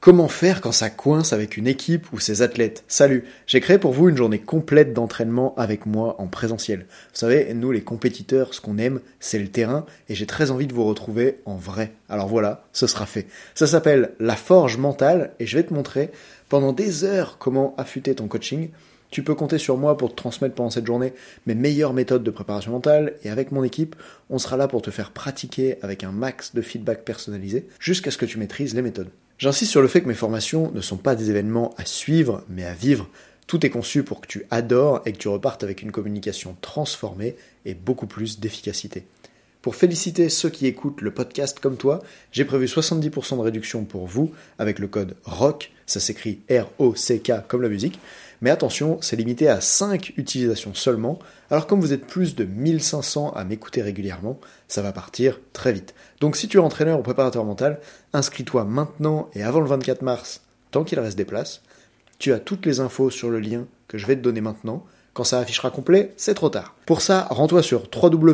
Comment faire quand ça coince avec une équipe ou ses athlètes? Salut, j'ai créé pour vous une journée complète d'entraînement avec moi en présentiel. Vous savez, nous les compétiteurs, ce qu'on aime, c'est le terrain et j'ai très envie de vous retrouver en vrai. Alors voilà, ce sera fait. Ça s'appelle la forge mentale et je vais te montrer pendant des heures comment affûter ton coaching. Tu peux compter sur moi pour te transmettre pendant cette journée mes meilleures méthodes de préparation mentale et avec mon équipe, on sera là pour te faire pratiquer avec un max de feedback personnalisé jusqu'à ce que tu maîtrises les méthodes. J'insiste sur le fait que mes formations ne sont pas des événements à suivre, mais à vivre. Tout est conçu pour que tu adores et que tu repartes avec une communication transformée et beaucoup plus d'efficacité. Pour féliciter ceux qui écoutent le podcast comme toi, j'ai prévu 70% de réduction pour vous avec le code ROCK, ça s'écrit R-O-C-K comme la musique, mais attention, c'est limité à 5 utilisations seulement, alors comme vous êtes plus de 1500 à m'écouter régulièrement, ça va partir très vite. Donc si tu es entraîneur ou préparateur mental, inscris-toi maintenant et avant le 24 mars, tant qu'il reste des places. Tu as toutes les infos sur le lien que je vais te donner maintenant. Quand ça affichera complet, c'est trop tard. Pour ça, rends-toi sur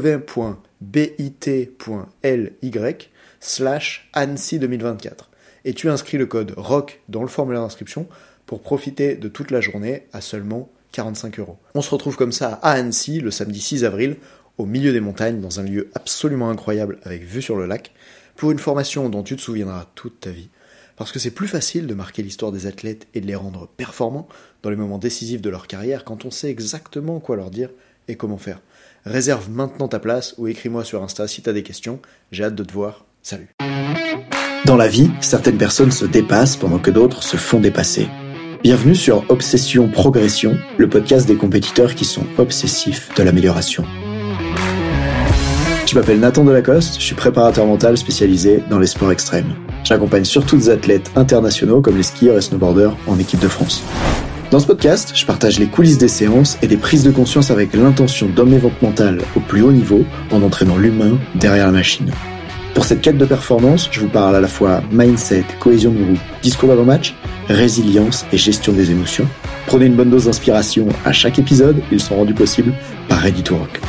www.bit.ly/Annecy2024 et tu inscris le code ROCK dans le formulaire d'inscription pour profiter de toute la journée à seulement 45 €. On se retrouve comme ça à Annecy le samedi 6 avril, au milieu des montagnes, dans un lieu absolument incroyable avec vue sur le lac, pour une formation dont tu te souviendras toute ta vie. Parce que c'est plus facile de marquer l'histoire des athlètes et de les rendre performants dans les moments décisifs de leur carrière quand on sait exactement quoi leur dire et comment faire. Réserve maintenant ta place ou écris-moi sur Insta si t'as des questions. J'ai hâte de te voir. Salut. Dans la vie, certaines personnes se dépassent pendant que d'autres se font dépasser. Bienvenue sur Obsession Progression, le podcast des compétiteurs qui sont obsessifs de l'amélioration. Je m'appelle Nathan Delacoste, je suis préparateur mental spécialisé dans les sports extrêmes. J'accompagne surtout des athlètes internationaux comme les skieurs et snowboarders en équipe de France. Dans ce podcast, je partage les coulisses des séances et des prises de conscience avec l'intention d'emmener votre mental au plus haut niveau en entraînant l'humain derrière la machine. Pour cette quête de performance, je vous parle à la fois mindset, cohésion de groupe, discours d'avant-match, résilience et gestion des émotions. Prenez une bonne dose d'inspiration à chaque épisode, ils sont rendus possibles par Ready to Rock.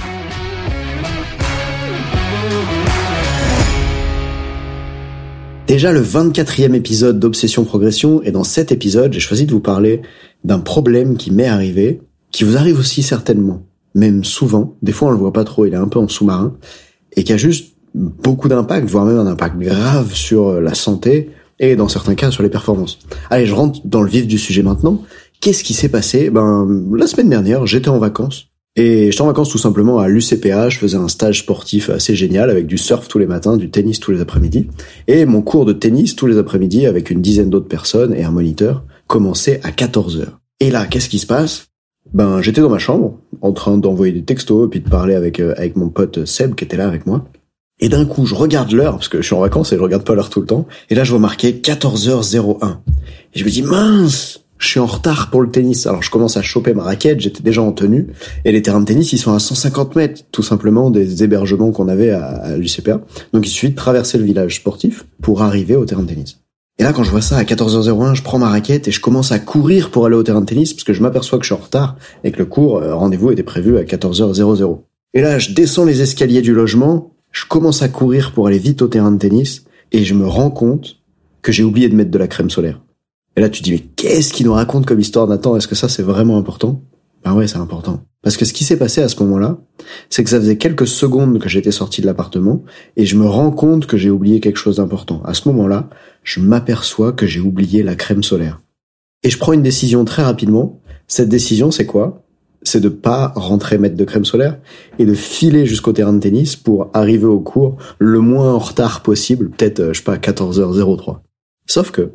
Déjà le 24e épisode d'Obsession Progression, et dans cet épisode, j'ai choisi de vous parler d'un problème qui m'est arrivé, qui vous arrive aussi certainement, même souvent, des fois on le voit pas trop, il est un peu en sous-marin, et qui a juste beaucoup d'impact, voire même un impact grave sur la santé, et dans certains cas sur les performances. Allez, je rentre dans le vif du sujet maintenant. Qu'est-ce qui s'est passé? La semaine dernière, j'étais en vacances. Et j'étais en vacances tout simplement à l'UCPA, je faisais un stage sportif assez génial avec du surf tous les matins, du tennis tous les après-midi. Et mon cours de tennis tous les après-midi avec une dizaine d'autres personnes et un moniteur commençait à 14h. Et là, qu'est-ce qui se passe? J'étais dans ma chambre, en train d'envoyer des textos et puis de parler avec mon pote Seb qui était là avec moi. Et d'un coup, je regarde l'heure, parce que je suis en vacances et je regarde pas l'heure tout le temps. Et là, je vois marqué 14h01. Et je me dis, mince! Je suis en retard pour le tennis. Alors je commence à choper ma raquette, j'étais déjà en tenue, et les terrains de tennis, ils sont à 150 mètres, tout simplement, des hébergements qu'on avait à l'UCPA. Donc il suffit de traverser le village sportif pour arriver au terrain de tennis. Et là, quand je vois ça à 14h01, je prends ma raquette et je commence à courir pour aller au terrain de tennis, parce que je m'aperçois que je suis en retard, et que le cours, rendez-vous était prévu à 14h00. Et là, je descends les escaliers du logement, je commence à courir pour aller vite au terrain de tennis, et je me rends compte que j'ai oublié de mettre de la crème solaire. Et là, tu te dis, mais qu'est-ce qu'il nous raconte comme histoire, Nathan? Est-ce que ça, c'est vraiment important? Ouais, c'est important. Parce que ce qui s'est passé à ce moment-là, c'est que ça faisait quelques secondes que j'étais sorti de l'appartement, et je me rends compte que j'ai oublié quelque chose d'important. À ce moment-là, je m'aperçois que j'ai oublié la crème solaire. Et je prends une décision très rapidement. Cette décision, c'est quoi? C'est de pas rentrer mettre de crème solaire, et de filer jusqu'au terrain de tennis pour arriver au cours le moins en retard possible, peut-être, 14h03. Sauf que,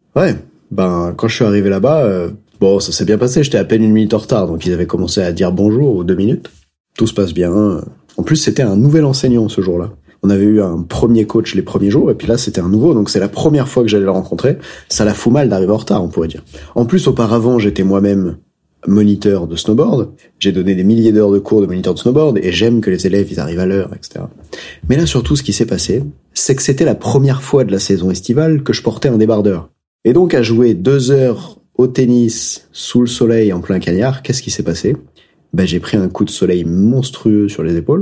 quand je suis arrivé là-bas, ça s'est bien passé, j'étais à peine 1 minute en retard, donc ils avaient commencé à dire bonjour aux 2 minutes. Tout se passe bien. En plus, c'était un nouvel enseignant ce jour-là. On avait eu un premier coach les premiers jours, et puis là, c'était un nouveau, donc c'est la première fois que j'allais le rencontrer. Ça la fout mal d'arriver en retard, on pourrait dire. En plus, auparavant, j'étais moi-même moniteur de snowboard. J'ai donné des milliers d'heures de cours de moniteur de snowboard, et j'aime que les élèves, ils arrivent à l'heure, etc. Mais là, surtout, ce qui s'est passé, c'est que c'était la première fois de la saison estivale que je portais un débardeur. Et donc, à jouer 2 heures au tennis, sous le soleil, en plein cagnard, qu'est-ce qui s'est passé? J'ai pris un coup de soleil monstrueux sur les épaules.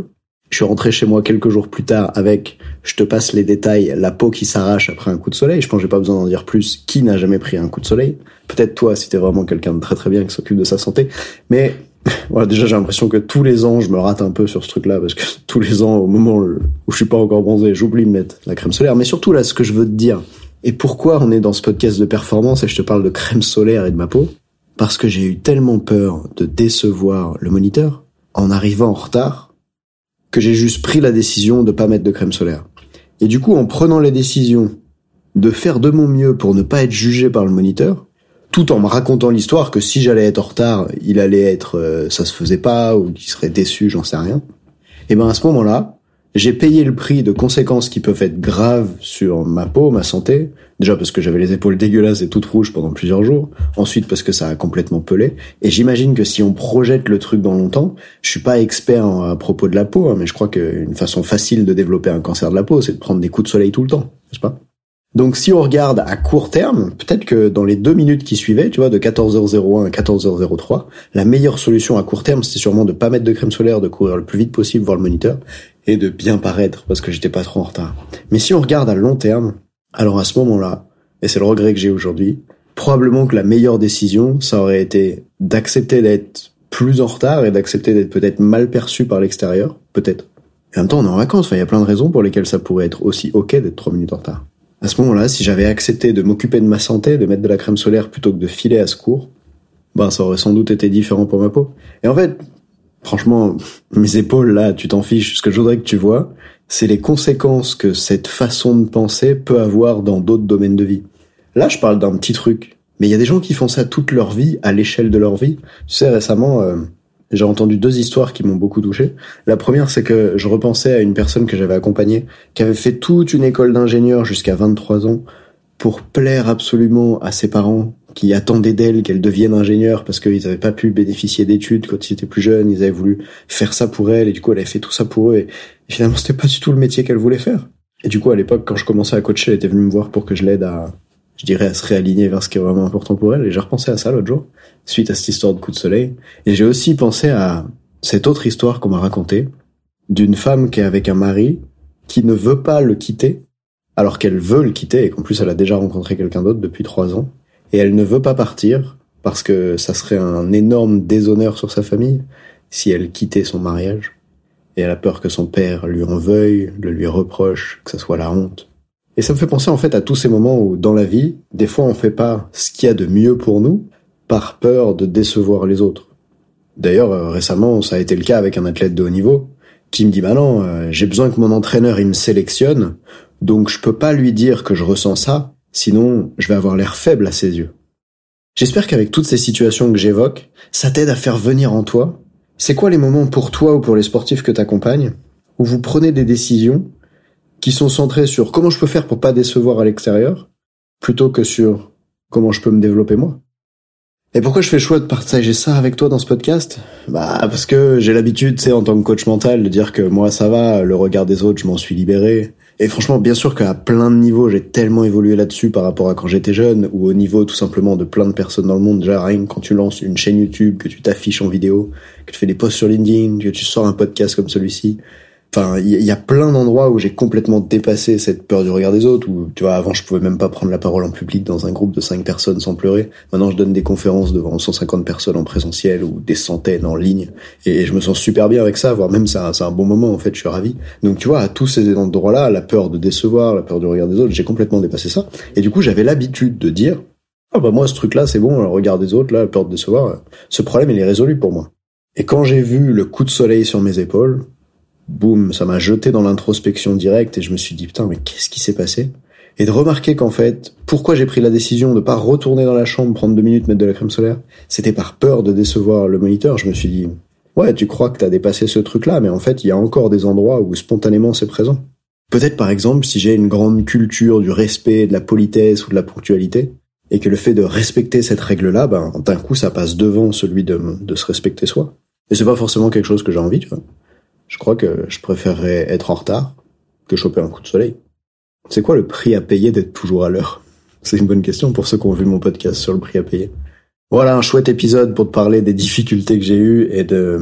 Je suis rentré chez moi quelques jours plus tard avec, je te passe les détails, la peau qui s'arrache après un coup de soleil. Je pense que j'ai pas besoin d'en dire plus. Qui n'a jamais pris un coup de soleil? Peut-être toi, si t'es vraiment quelqu'un de très très bien qui s'occupe de sa santé. Mais voilà, déjà j'ai l'impression que tous les ans, je me rate un peu sur ce truc-là parce que tous les ans, au moment où je suis pas encore bronzé, j'oublie de mettre la crème solaire. Mais surtout là, ce que je veux te dire, et pourquoi on est dans ce podcast de performance et je te parle de crème solaire et de ma peau, parce que j'ai eu tellement peur de décevoir le moniteur en arrivant en retard que j'ai juste pris la décision de pas mettre de crème solaire. Et du coup, en prenant la décision de faire de mon mieux pour ne pas être jugé par le moniteur, tout en me racontant l'histoire que si j'allais être en retard, il allait être, ça se faisait pas, ou qu'il serait déçu, j'en sais rien. Et ben à ce moment-là, j'ai payé le prix de conséquences qui peuvent être graves sur ma peau, ma santé. Déjà parce que j'avais les épaules dégueulasses et toutes rouges pendant plusieurs jours. Ensuite parce que ça a complètement pelé. Et j'imagine que si on projette le truc dans longtemps, je suis pas expert à propos de la peau, mais je crois qu'une façon facile de développer un cancer de la peau, c'est de prendre des coups de soleil tout le temps, n'est-ce pas? Donc si on regarde à court terme, peut-être que dans les 2 minutes qui suivaient, tu vois, de 14h01 à 14h03, la meilleure solution à court terme, c'était sûrement de pas mettre de crème solaire, de courir le plus vite possible voir le moniteur, et de bien paraître, parce que j'étais pas trop en retard. Mais si on regarde à long terme, alors à ce moment-là, et c'est le regret que j'ai aujourd'hui, probablement que la meilleure décision, ça aurait été d'accepter d'être plus en retard et d'accepter d'être peut-être mal perçu par l'extérieur, peut-être. Et en même temps, on est en vacances, enfin, il y a plein de raisons pour lesquelles ça pourrait être aussi ok d'être 3 minutes en retard. À ce moment-là, si j'avais accepté de m'occuper de ma santé, de mettre de la crème solaire plutôt que de filer à secours, ben ça aurait sans doute été différent pour ma peau. Et en fait, franchement, mes épaules là, tu t'en fiches. Ce que je voudrais que tu vois, c'est les conséquences que cette façon de penser peut avoir dans d'autres domaines de vie. Là, je parle d'un petit truc, mais il y a des gens qui font ça toute leur vie, à l'échelle de leur vie. Tu sais, récemment, j'ai entendu 2 histoires qui m'ont beaucoup touché. La première, c'est que je repensais à une personne que j'avais accompagnée, qui avait fait toute une école d'ingénieur jusqu'à 23 ans pour plaire absolument à ses parents, qui attendaient d'elle qu'elle devienne ingénieure parce qu'ils n'avaient pas pu bénéficier d'études quand ils étaient plus jeunes, ils avaient voulu faire ça pour elle, et du coup elle avait fait tout ça pour eux, et finalement c'était pas du tout le métier qu'elle voulait faire. Et du coup à l'époque, quand je commençais à coacher, elle était venue me voir pour que je l'aide à se réaligner vers ce qui est vraiment important pour elle, et j'ai repensé à ça l'autre jour, suite à cette histoire de coup de soleil, et j'ai aussi pensé à cette autre histoire qu'on m'a racontée, d'une femme qui est avec un mari qui ne veut pas le quitter, alors qu'elle veut le quitter, et qu'en plus elle a déjà rencontré quelqu'un d'autre depuis 3 ans, et elle ne veut pas partir, parce que ça serait un énorme déshonneur sur sa famille, si elle quittait son mariage, et elle a peur que son père lui en veuille, le lui reproche, que ça soit la honte. Et ça me fait penser en fait à tous ces moments où, dans la vie, des fois on fait pas ce qu'il y a de mieux pour nous, par peur de décevoir les autres. D'ailleurs, récemment, ça a été le cas avec un athlète de haut niveau, qui me dit « Bah non, j'ai besoin que mon entraîneur il me sélectionne, donc je peux pas lui dire que je ressens ça, sinon je vais avoir l'air faible à ses yeux. » J'espère qu'avec toutes ces situations que j'évoque, ça t'aide à faire venir en toi. C'est quoi les moments pour toi ou pour les sportifs que t'accompagnes, où vous prenez des décisions qui sont centrées sur comment je peux faire pour pas décevoir à l'extérieur, plutôt que sur comment je peux me développer moi? Et pourquoi je fais le choix de partager ça avec toi dans ce podcast? Bah, parce que j'ai l'habitude, tu sais, en tant que coach mental, de dire que moi ça va, le regard des autres, je m'en suis libéré. Et franchement, bien sûr qu'à plein de niveaux, j'ai tellement évolué là-dessus par rapport à quand j'étais jeune, ou au niveau tout simplement de plein de personnes dans le monde. Déjà, rien que quand tu lances une chaîne YouTube, que tu t'affiches en vidéo, que tu fais des posts sur LinkedIn, que tu sors un podcast comme celui-ci. Enfin, il y a plein d'endroits où j'ai complètement dépassé cette peur du regard des autres, où, tu vois, avant, je pouvais même pas prendre la parole en public dans un groupe de 5 personnes sans pleurer. Maintenant, je donne des conférences devant 150 personnes en présentiel ou des centaines en ligne. Et je me sens super bien avec ça, voire même c'est un bon moment, en fait, je suis ravi. Donc, tu vois, à tous ces endroits-là, la peur de décevoir, la peur du regard des autres, j'ai complètement dépassé ça. Et du coup, j'avais l'habitude de dire, ah bah moi, ce truc-là, c'est bon, le regard des autres, là, la peur de décevoir, ce problème, il est résolu pour moi. Et quand j'ai vu le coup de soleil sur mes épaules, boum, ça m'a jeté dans l'introspection directe et je me suis dit, putain, mais qu'est-ce qui s'est passé? Et de remarquer qu'en fait, pourquoi j'ai pris la décision de pas retourner dans la chambre, prendre 2 minutes, mettre de la crème solaire, c'était par peur de décevoir le moniteur. Je me suis dit, ouais, tu crois que t'as dépassé ce truc-là, mais en fait, il y a encore des endroits où spontanément c'est présent. Peut-être par exemple, si j'ai une grande culture du respect, de la politesse ou de la ponctualité, et que le fait de respecter cette règle-là, ben, d'un coup, ça passe devant celui de se respecter soi. Et c'est pas forcément quelque chose que j'ai envie, tu vois. Je crois que je préférerais être en retard que choper un coup de soleil. C'est quoi le prix à payer d'être toujours à l'heure? C'est une bonne question pour ceux qui ont vu mon podcast sur le prix à payer. Voilà un chouette épisode pour te parler des difficultés que j'ai eues et de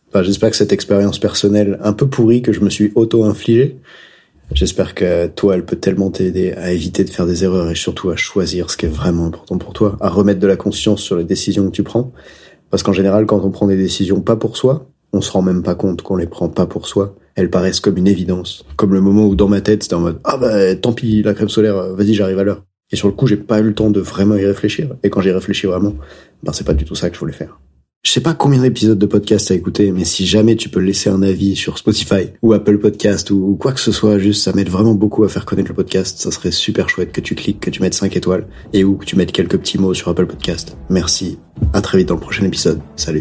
Enfin, j'espère que cette expérience personnelle un peu pourrie que je me suis auto-infligée, j'espère que toi, elle peut tellement t'aider à éviter de faire des erreurs et surtout à choisir ce qui est vraiment important pour toi, à remettre de la conscience sur les décisions que tu prends. Parce qu'en général, quand on prend des décisions pas pour soi, on se rend même pas compte qu'on les prend pas pour soi. Elles paraissent comme une évidence. Comme le moment où dans ma tête, c'était en mode « Ah bah tant pis, la crème solaire, vas-y, j'arrive à l'heure ». Et sur le coup, j'ai pas eu le temps de vraiment y réfléchir. Et quand j'y réfléchis vraiment, c'est pas du tout ça que je voulais faire. Je sais pas combien d'épisodes de podcast t'as écouté, mais si jamais tu peux laisser un avis sur Spotify ou Apple Podcast ou quoi que ce soit, juste ça m'aide vraiment beaucoup à faire connaître le podcast. Ça serait super chouette que tu cliques, que tu mettes 5 étoiles et ou que tu mettes quelques petits mots sur Apple Podcast. Merci. À très vite dans le prochain épisode. Salut.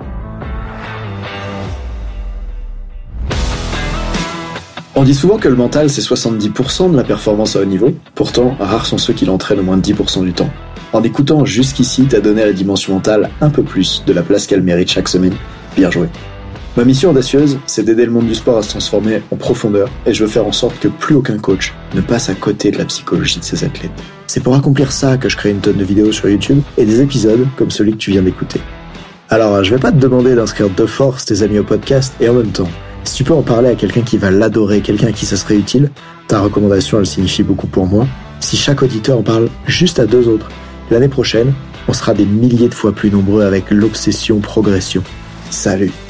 On dit souvent que le mental c'est 70% de la performance à haut niveau. Pourtant, rares sont ceux qui l'entraînent au moins 10% du temps. En écoutant jusqu'ici, t'as donné à la dimension mentale un peu plus de la place qu'elle mérite chaque semaine. Bien joué. Ma mission audacieuse, c'est d'aider le monde du sport à se transformer en profondeur et je veux faire en sorte que plus aucun coach ne passe à côté de la psychologie de ses athlètes. C'est pour accomplir ça que je crée une tonne de vidéos sur YouTube et des épisodes comme celui que tu viens d'écouter. Alors, je vais pas te demander d'inscrire de force tes amis au podcast et en même temps, si tu peux en parler à quelqu'un qui va l'adorer, quelqu'un à qui ça serait utile, ta recommandation elle signifie beaucoup pour moi. Si chaque auditeur en parle juste à 2 autres, l'année prochaine, on sera des milliers de fois plus nombreux avec l'obsession progression. Salut!